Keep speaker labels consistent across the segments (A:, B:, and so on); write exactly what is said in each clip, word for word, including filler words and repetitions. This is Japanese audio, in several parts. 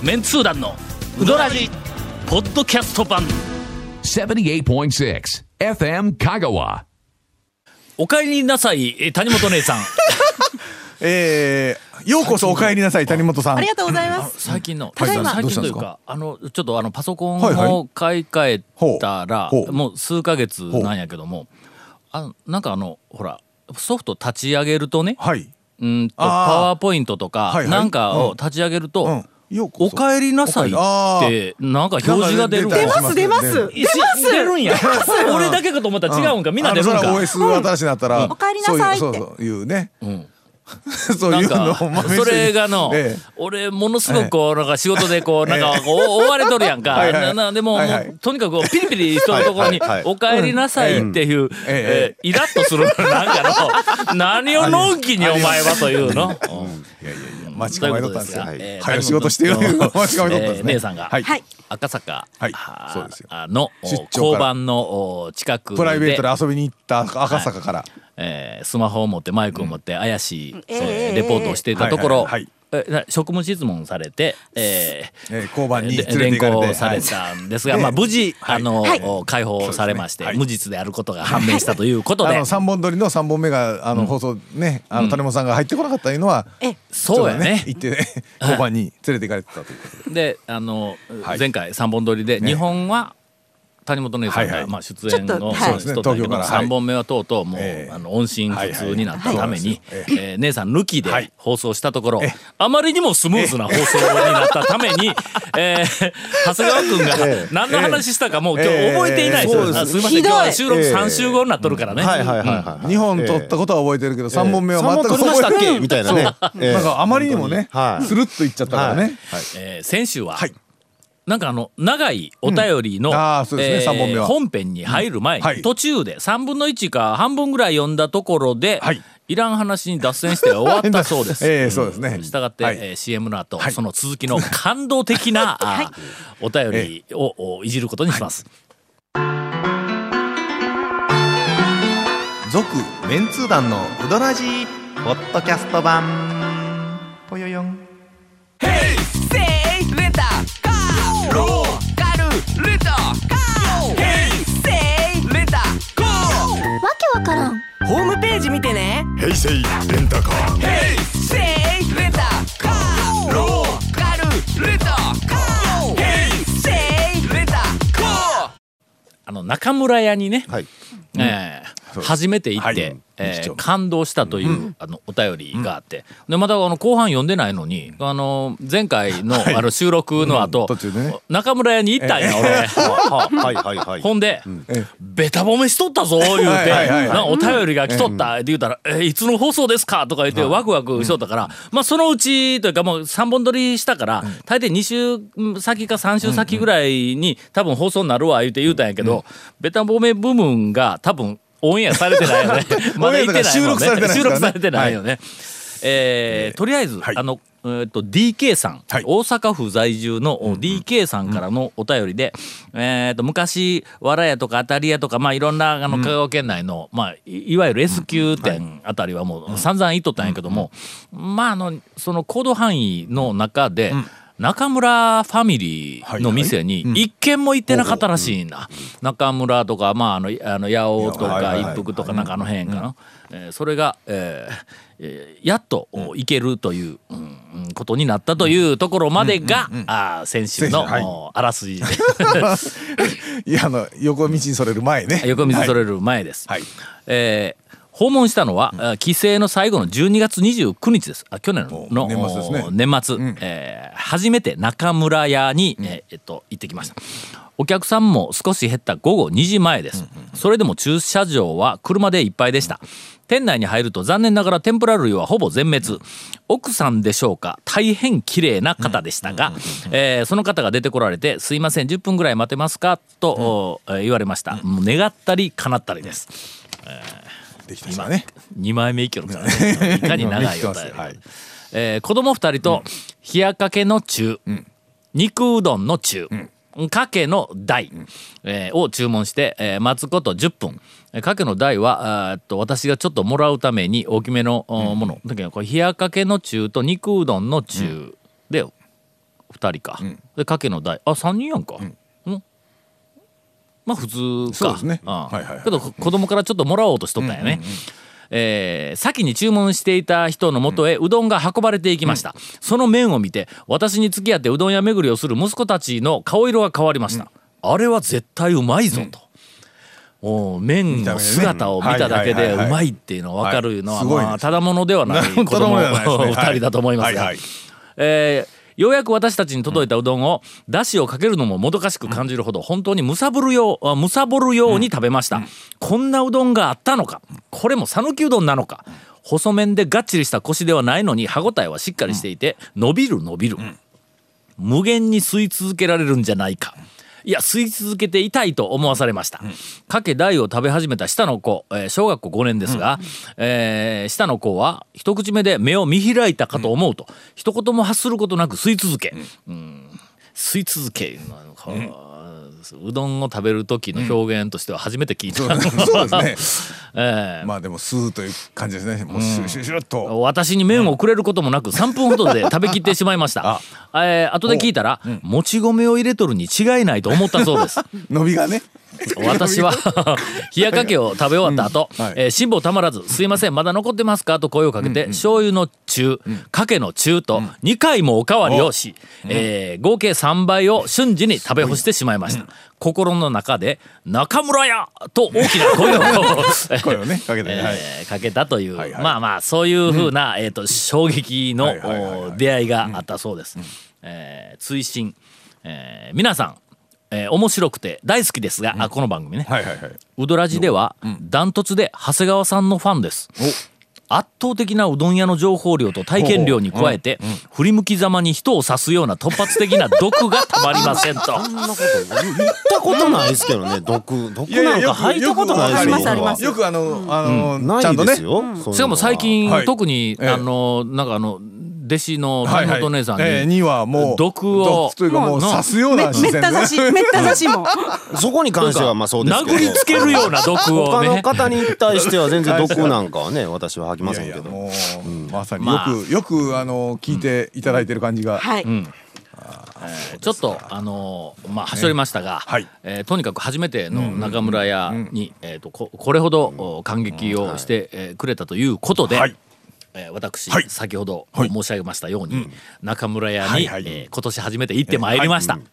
A: メンツー団のウドラジポッドキャスト版
B: ななじゅうはちてんろく エフエム 香川。
A: お帰りなさい谷本姉さん
C: えー、ようこそお帰りなさい谷本さん。
D: ありがとうございます。
A: 最近の、
D: ただいま
A: 最近というかあのちょっとあのパソコンを買い替えたら、
C: はいはい、
A: もう数ヶ月なんやけども、あのなんかあのほらソフト立ち上げるとね、
C: はい、
A: うんとパワーポイントとか、はいはい、なんかを立ち上げると、うんうん、お帰りなさいってなんか表示が出る。
D: 出ます出ます出ます
A: 出るんや。俺だけかと思ったら違うんか、みんな出るんか。
C: それは オーエス 新しいなったら、
D: うん、お帰りなさいって
C: そういう、そういうね、うん、
A: そういうのそれがの、ええ、俺ものすごくこうなんか仕事でこうなんかこう追われとるやんか。はいはい、なでも、はいはい、もうとにかくピリピリしとるところにお帰りなさいっていう、えええ、イラッとするなんかの何をのんきにお前はというの。
C: いやいやいや、待ち構えとったんですよ。早い仕事してよ。待ち構えとったんですね。
A: 姉さんが赤坂の
C: 交
A: 番の近くで
C: プライベートで遊びに行った赤坂から、
A: えー、スマホを持ってマイクを持って怪しい、うんえー、レポートをしていたところ、はいはいはい、職務質問されて、えーえー、
C: 交番に
A: 連行されたんですが、はい、まあ、無事、はい、あの、はい、解放されまして、ね、はい、無実であることが判明したということで、
C: あのさんぼん撮りのさんぼんめがあの、うん、放送ね、あの谷本さんが入ってこなかったというのは、
A: うん、そうやね、
C: 行ってね交番に連れて行かれてたということで、
A: であの、はい、前回さんぼん撮りでにほんは、ね、谷本姉さんがまあ出演をしとったけどさんぼんめはとうとうもうあの音信不通になったために姉さん抜きで放送したところあまりにもスムーズな放送になったために長谷川君が何の話したかもう今日覚えていないです。すいません、今日は収録さん週後になっとるからね。
C: にほん撮ったことは覚えてるけどさんぼんめは全く
E: 覚えてないみたいなね。
C: なんかあまりにもねスルッといっちゃったからね。
A: 先週はなんかあの長いお便りの、うんねえー、本編に入る前に、うんはい、途中でさんぶんのいちか半分ぐらい読んだところで、はい、いらん話に脱線して終わったそうです。
C: えー、そうですね。
A: したがって、はい、えー、シーエム の後、はい、その続きの感動的な、はい、お便りをいじることにします。
E: 続、はい、メンツー団のうどらじポッドキャスト版ぽよよん。
F: ヘイセイレンタカーローカルレンタカーヘイセイレンタカーわ
G: けわからん。
F: ホームページ見てね。
H: ヘイセイレンタカー
F: ヘイセイレンタカーローカルレンタカーヘイセイレンタカー。
A: あの中村屋にね、はい、えー、初めて行って、はい、えー、感動したという、うん、あのお便りがあって、うん、でまたあの後半読んでないのにあの前回 の,、はい、あの収録の後、うんね、中村屋に行ったんや、えー、俺、はいはいはい、ほんで、うん、ベタ褒めしとったぞ言うて、はいはいはい、なんお便りが来とったって言うたら、えー、いつの放送ですかとか言ってワクワクしとったから、うん、まあそのうちというかもうさんぼん撮りしたから、うん、大抵に週先かさん週先ぐらいに多分放送になるわ言うて言うたんやけど、うん、ベタ褒め部分が多分オンエアされてないよね。まだ行ってないもんね。収録されてないよね。はい、えー、とりあえず、はい、あの、えー、と ディーケー さん、はい、大阪府在住の ディーケー さんからのお便りで、うん、えー、と昔わらやとかあたりやとか、まあ、いろんなあの香川県内の、まあ、いわゆる S 級店あたりはもう散々行っとったんやけども、うん、まああのその行動範囲の中で、うん、中村ファミリーの店に一軒も行ってなかったらしいんだ。中村とか、まあ、あのあの八尾とか一服とかなんかあの辺かな、えー、それが、えー、やっと行けるという、うん、ことになったというところまでが、うんうんうん、あ先週の、はい、あらすじで
C: いやあの横道にそれる前ね。
A: 横道にそれる前です。はい、えー訪問したのは、うん、帰省の最後のじゅうにがつにじゅうくにちです。あ去年の
C: 年末ですね。
A: 年末、うん、えー、初めて中村屋に、うん、えーえっと、行ってきました。お客さんも少し減ったごごにじまえです、うんうん、それでも駐車場は車でいっぱいでした、うん、店内に入ると残念ながら天ぷら類はほぼ全滅、うん、奥さんでしょうか、大変綺麗な方でしたが、えー、その方が出てこられてすいませんじゅっぷんぐらい待てますかと、うん、言われました、うん、もう願ったり叶ったりです、えー、
C: できましたね。
A: 今にまいめいけるからねいかに長いよ、はい、えー、子供ふたりと冷やかけの中、うん、肉うどんの中、うんかけの大、うん、えー、を注文して、えー、待つことじゅっぷん。かけの大はあっと私がちょっともらうために大きめの、うん、ものだけどこれ冷やかけの中と肉うどんの中でふたりか、でかけの台あさんにんやんか、うんまあ普通か
C: そうですね、
A: うん
C: はいはいはい、
A: けど子供からちょっともらおうとしとったんやね、うんうんうんえー、先に注文していた人のもとへうどんが運ばれていきました、うん、その麺を見て私に付き合ってうどん屋巡りをする息子たちの顔色が変わりました、うん、あれは絶対うまいぞと、うん、お麺の姿を見ただけでうまいっていうのが分かるのは、まあ、ただものではない子供ふたりだと思いますが、はいはいはいえーようやく私たちに届いたうどんを出汁をかけるのももどかしく感じるほど本当にむさぼるようむさぼるように食べました、うん、こんなうどんがあったのか、これも讃岐うどんなのか、細麺でがっちりしたコシではないのに歯ごたえはしっかりしていて伸びる伸びる、無限に吸い続けられるんじゃないか、いや吸い続けていたいと思わされました、うん、かけ大を食べ始めた下の子、えー、小学校ごねんですが、うんえー、下の子は一口目で目を見開いたかと思うと、うん、一言も発することなく吸い続け、うんうん、吸い続け、うん、うどんを食べる時の表現としては初めて聞いた、うん、
C: そうですねえー、まあでも吸うという感じですね。もうシュシュシュッと
A: 私に麺をくれることもなくさんぷんほどで食べきってしまいましたあ、えー、後で聞いたら、うん、もち米を入れとるに違いないと思ったそうです
C: 伸びがね
A: 私は冷やかけを食べ終わった後、うんはいえー、辛抱たまらずすいませんまだ残ってますかと声をかけて、うんうん、醤油の中、うん、かけの中とにかいもおかわりをし、うんえー、合計さんばいを瞬時に食べ干してしまいました、うん、心の中で中村屋と大きな声を
C: 声をねかけて、
A: えーはい、かけたという、はいはい、まあまあそういうふうな、うんえー、と衝撃の、はいはいはいはい、出会いがあったそうです、うんえー、追伸、えー、皆さんえー、面白くて大好きですが、うん、あこの番組ね、はいはいはい、うどらじでは、うん、ダントツで長谷川さんのファンです。圧倒的なうどん屋の情報量と体験量に加えて、うんうん、振り向きざまに人を刺すような突発的な毒がたまりませんと
G: そんなこと言ったことないですけどね毒毒なんか吐いたことないですよ。
C: ありますあります。よくあのあの、うん、
G: ないですよ、
A: うん、しかも最近、はい、特に、ええ、あのなんかあの弟子の谷本姉さんに、はいはいえー、
C: にはもう
A: 毒を
C: というかもう刺すような
D: めった刺しめった刺しも
G: そこに関してはまあそうですけど
A: 殴りつけるような毒をね
G: 他の方に対しては全然毒なんかはね私は吐きませんけどいやいやも
C: う、うん、まさによく、まあ、よくあの聞いていただいてる感じが、うん、はい、うん
A: えー、ちょっとあのー、まあ走りましたが、えーはいえー、とにかく初めての中村屋に、うんえー、と こ, これほど感激をして、えー、くれたということで、はいえー、私、はい、先ほど申し上げましたように、はい、中村屋に、はいはいえー、今年初めて行ってまいりました、えーはい、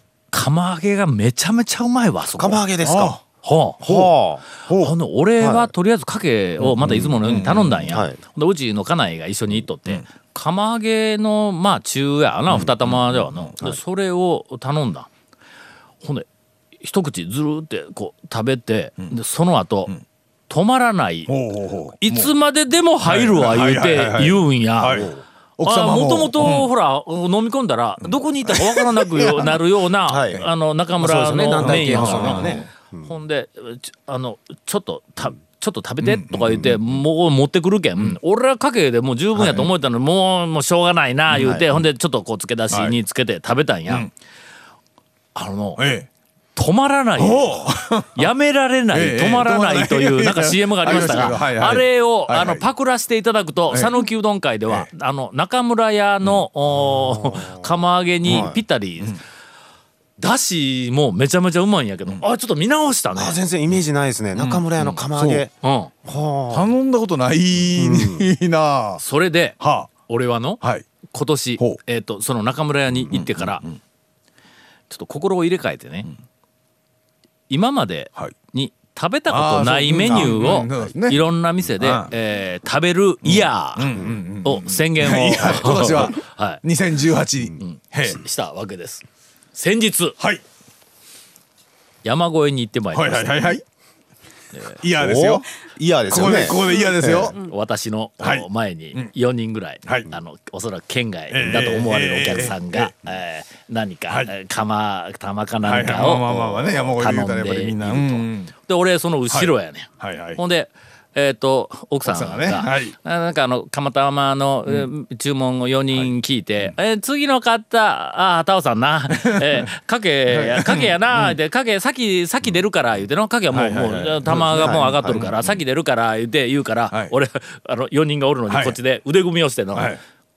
A: 釜揚げがめちゃめちゃうまいわそこ
G: 釜揚げですか
A: ほうほうほう俺はとりあえずかけをまたいつものように頼んだんや、はい、うちの家内が一緒に行っとって、うん、釜揚げのまあ中やな二玉ではの、うん、でそれを頼んだほんで一口ずるってこう食べて、うん、でその後、うん止まらないいつまででも入るわ言うて言うんやもともとほら飲み込んだらどこにいたかわからなくなるようなあの中村の麺やほんであのちょっとたちょっと食べてとか言ってもう持ってくるけん俺はかけでもう十分やと思えたのにもうもうしょうがないな言うてほんでちょっとこう漬け出しにつけて食べたんやあの止まらないやめられない止まらないというなんか シーエム がありましたがあれをあのパクらせていただくと讃岐うどん会ではあの中村屋の釜揚げにぴったりだしもめちゃめちゃうまいんやけどあちょっと見直したね。
G: あ全然イメージないですね中村屋の釜揚げ、うんうん、
C: 頼んだことないな、
A: うん、それで俺はの、はい、今年、えー、とその中村屋に行ってからちょっと心を入れ替えてね、うん今までに食べたことないメニューをいろんな店で、えー、食べるイヤーを宣言を
C: 今年はにせんじゅうはち、うん、
A: し, したわけです。先日、はい、山越えに行ってまいりました。はいはいはいはい
C: イヤーですよ。
G: イヤーですよね。
C: ここでイヤーですよ。
A: 私の前によにんぐらい、はい、あのおそらく県外だと思われるお客さんが、えーえー、何か、はい、釜玉かなんかを頼んでいると。で俺その後ろやねん。はいはいはい、ほんで。えー、と奥さんが奥さんが、ねはい、なんかあの釜玉の、うん、注文をよにん聞いて、はいえー、次の方あタオさんな、えー、かけかけやな、うん、でかけ先先出るから言うてのかけはもう、はいはいはい、もう玉がもう上がっとるから、はい、先出るから言うて言うから、はい、俺あのよにんがおるのにこっちで腕組みをしての、はい、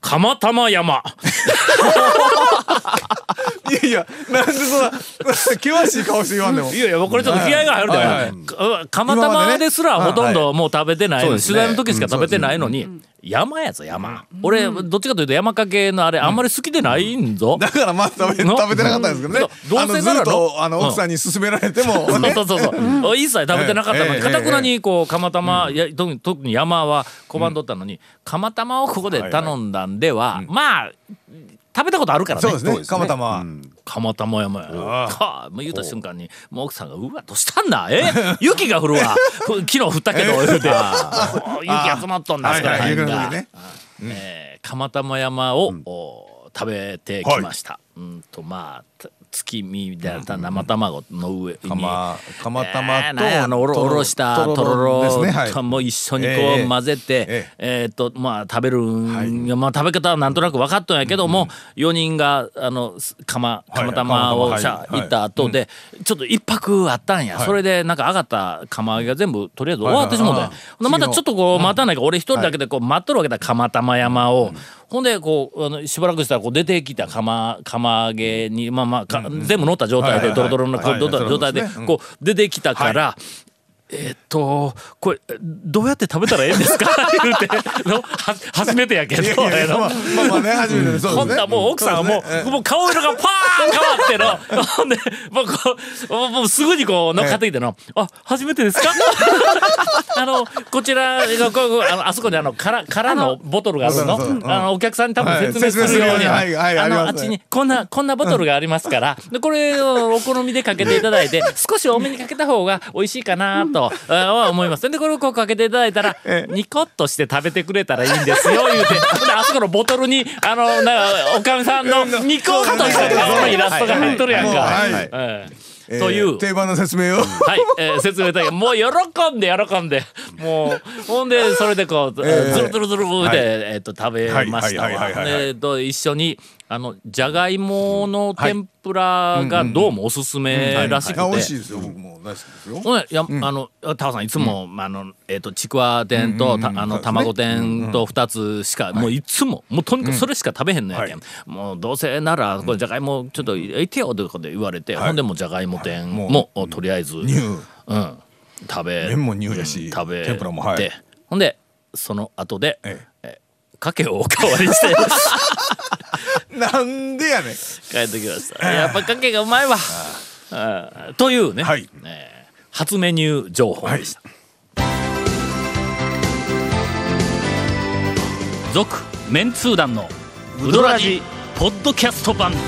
A: 釜玉山
C: いやいや、なんでそんな険しい顔して言わんでも。
A: いやいや、これちょっと気合が入るで、はいはい、釜玉ですらほとんどもう食べてない、取材の時しか食べてないのに、山やぞ山。俺どっちかというと山かけのあれあんまり好きでないんぞ。
C: だからまあ食べ食べてなかったんですけどね。
A: どうせなら
C: ずっとあの奥さんに勧められても、
A: そうそうそうそう、一切食べてなかったのに、かたくなにこう釜玉、や特に特に山は拒んどったのに、釜玉をここで頼んだんでは、まあ食べたことあるからね。
C: そうですね。釜玉は。
A: 釜玉山や。か、もう言うた瞬間に、もう奥さんがうわどうしたんだ。え、雪が降るわ。昨日降ったけど言うて、雪集まっとんだすから。え、釜玉山を食べてきました。うんとまあ。月見みたいな生卵の上に
C: 釜玉と
A: あのおろおろしたとろろとも一緒にこう混ぜてえっとまあ食べるまあ食べ方はなんとなく分かっとんやけども、よにんがあの釜釜玉をさ行った後でちょっと一泊あったんや。それでなんか上がった釜揚げが全部とりあえず終わってしもうて、またちょっとこう待たないか俺一人だけでこう待っとるわけだ、釜玉山を。ほんでこうあのしばらくしたらこう出てきた釜釜揚げにまあまあ全部乗った状態でドロドロの状態でこう出てきたから、えっとこれどうやって食べたらええんですか言うての初めてやけど、
C: まあまあね初めてです。
A: ほんだもう奥さんがもうもう顔色がパーン変わってのほんでもうこうもうすぐにこう乗っかってきてのあ初めてですかあのこちらがこうあのあそこにあの空空のボトルがあるのあのお客さんに多分説明するようにあのあっちにこんなこんなボトルがありますからでこれをお好みでかけていただいて少し多めにかけた方が美味しいかなとは思います。でこれをこうかけていただいたらニコッとして食べてくれたらいいんですよ言うてであそこのボトルにあのなんかおかみさんのニコッとした顔のイラストが入っとるやんか。という
C: 定番の説明を
A: はい、えー、説明だけもう喜んで喜んでもうほんでそれでこうズルズルズルでえっと食べましたわ。でと一緒にあのじゃがいもの天ぷらがどうもおすすめらしくて
C: 美味しいですよ。僕も大好きですよ。
A: ほんでいやあのタオさんいつもあのえっとちくわ天とあの卵天とふたつしかもういつももうとにかくそれしか食べへんのやけんもうどうせならこれじゃがいもちょっと入れてよということで言われてほんでもじゃがいも天もとりあえずうん食べ
C: 麺も乳やし
A: 食べ
C: 天ぷらもはい
A: ほんでその後でかけをおかわりして
C: なんでやねん
A: 帰ってきました。やっぱかけがうまいわというね、
C: はい
A: えー、初メニュー情報でした。続、はい、メンツー団のウドラジポッドキャスト版。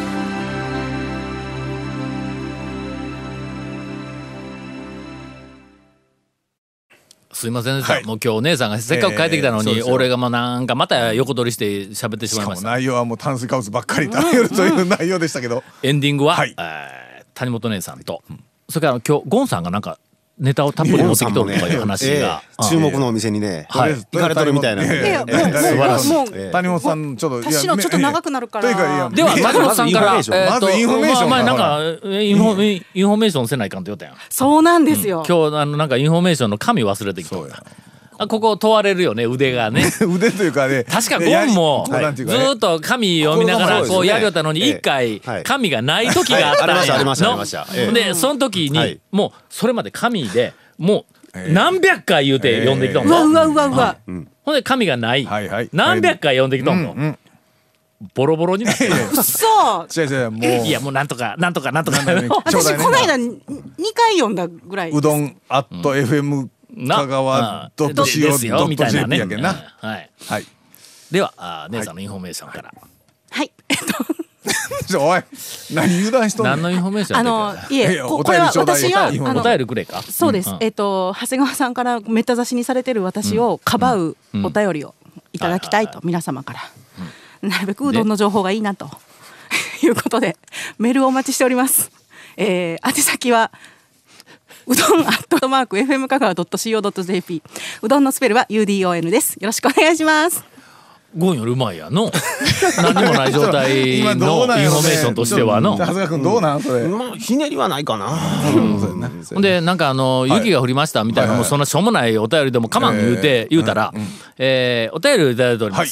A: すいませんでした、はい、もう今日姉さんがせっかく帰ってきたのに、えー、俺がまあなんかまた横取りして喋ってしまいました。
C: しかも内容はもう炭水化物ばっかり食べるという内容でしたけど
A: エンディングは、
C: はい
A: えー、谷本姉さんと、うん、それから今日ゴンさんがなんかネタをたっぷり持ってきとるとかいう話が、
G: えー、注目のお店にね、はい、行かれてるみたいな。
C: えー、素晴らしい。谷本さんちょっと
D: 私のちょっと長くなるから。
A: では松本さんから
C: まずインフォメーション。
A: まあなんかインフォインフォメーションせないかんって言ったやん。
D: そうなんですよ。
A: 今日あのなんかインフォメーションの紙忘れてきた。あここ問われるよね腕がね
C: 腕というかね
A: 確かゴンもずっと紙読みながらこうやりよったのに一回紙がない時があったんやのでその時にもうそれまで紙でもう何百回言うて読んできとんの
D: うわうわうわ
A: ほんで紙がない何百回読んできとんのボロボロになってる
D: そう
A: いやもうなんとかなんとかなんとか
D: 私この間にかい読んだぐらい。
C: うどんアット エフエム香川ドットシーオードットジェーピー やけんな。
A: はいはい。では姉さんのインフォメーションから。
D: はいえっと
C: おい何油断しとんの。
A: 何のインフォメーション。
D: あのいえこれは私は
A: お便りくれか。
D: そうです。えっと長谷川さんからめった刺しにされてる私をかばうお便りをいただきたいと皆様からなるべくうどんの情報がいいなということでメールをお待ちしております。えー、宛先はうどんアットマーク エフエム 香川 ドット シーオー ドット ジェーピー うどんのスペルは ユーディーオーエヌ です。よろしくお願いします。
A: ゴンよりうまいやの何にもない状態のインフォメーションとしてはの
C: 長谷川君どうなんそれ、
G: まあひねりはないかな。
A: ほんでなんかあの雪が降りましたみたいなもうそんなしょうもないお便りでもかまん言うて言うたらえお便りをいただいております。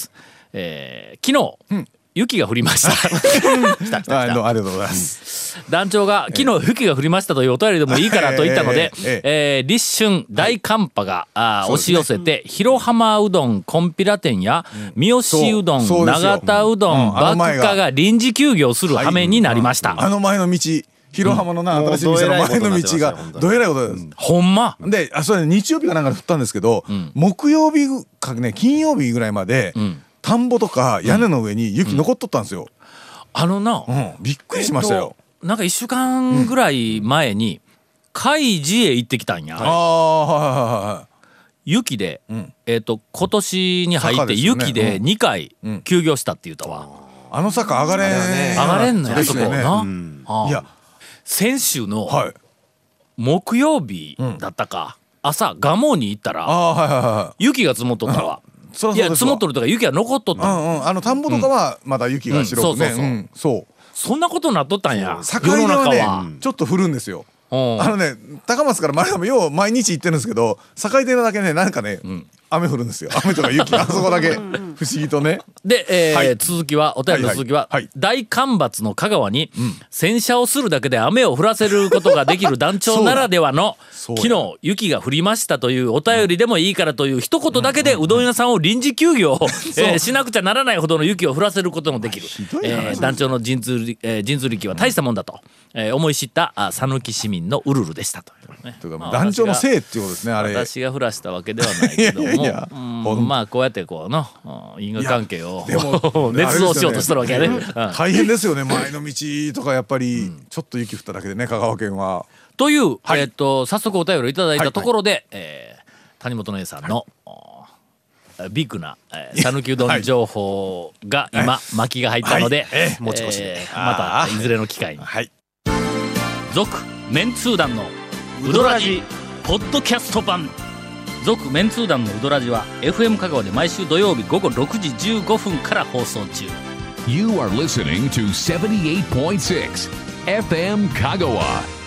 A: えー、昨日、うん、雪が降りました来た来た来た。
C: あのありがとうございます。
A: 団長が昨日雪が降りましたというお便りでもいいからと言ったので、えーえーえー、立春大寒波が、はい、押し寄せて、ね、広浜うどんこんぴら店や、うん、三好うどん長田うどん、うん、バッカが臨時休業する羽目になりました、
C: はい、あの前の道広浜のな、うん、新しい店の前の道がどえらいことです、うん、
A: ほんま
C: で、あ、それ日曜日かなんかで降ったんですけど、うん、木曜日かね金曜日ぐらいまで、うん、田んぼとか屋根の上に雪残っとったんですよ、うん、
A: あのな、
C: うん、びっくりしましたよ、
A: えっと、なんかいっしゅうかんぐらい前に海寺へ行ってきたんや、
C: はい、ああはいはいはい
A: 雪で、うん、えっと今年に入って雪でにかい休業したって言うたわ、
C: うん、あの坂上がれん、
A: ね、上がれんのやそこな、
C: うん、いや
A: 先週の木曜日だったか、うん、朝蒲生に行ったら、はいはいはい、雪が積もっとったわいや積もっとるとか雪が残っとった、
C: うんうん、あの田んぼとかはまだ雪が白くね、うん、そうそうそう、うん、そう
A: そんなことになっとったんや
C: 境目はねちょっと降るんですよ、うん、あのね高松から前でもよう毎日行ってるんですけど境出だけねなんかね、うん、雨降るんですよ雨とか雪あそこだけ不思議とね
A: で、えーはい、続きはお便りの続きは、はいはい、大干ばつの香川に、うん、洗車をするだけで雨を降らせることができる団長ならではの昨日雪が降りましたというお便りでもいいからという一言だけでうどん屋さんを臨時休業、うんうんうんえー、しなくちゃならないほどの雪を降らせることもできる、えー、団長の神通、えー、神通力は大したもんだと、えー、思い知った讃岐市民のウルルでしたという、ね
C: というか、まあ、団長のせいっていうことですねあれ
A: 私が降らしたわけではないけどもいやいや、うん、まあこうやってこうの因果関係を捏造しようとしてるわけやね、うん、
C: 大変ですよね前の道とかやっぱり、うん、ちょっと雪降っただけでね香川県は
A: という、はい、えー、と早速お便りいただいたところで、はいはい、えー、谷本姉さんの、はい、ビッグな讃岐、えー、うどん情報が今、はい、巻きが入ったので、はい、えー、持ち越しで、えー、またいずれの機会に続、はい、メンツー団のうどらじポッドキャスト版続メンツー団のうどらじは エフエム 香川で毎週土曜日午後ろくじじゅうごふんから放送中。
B: You are listening to seventy-eight point six エフエム 香川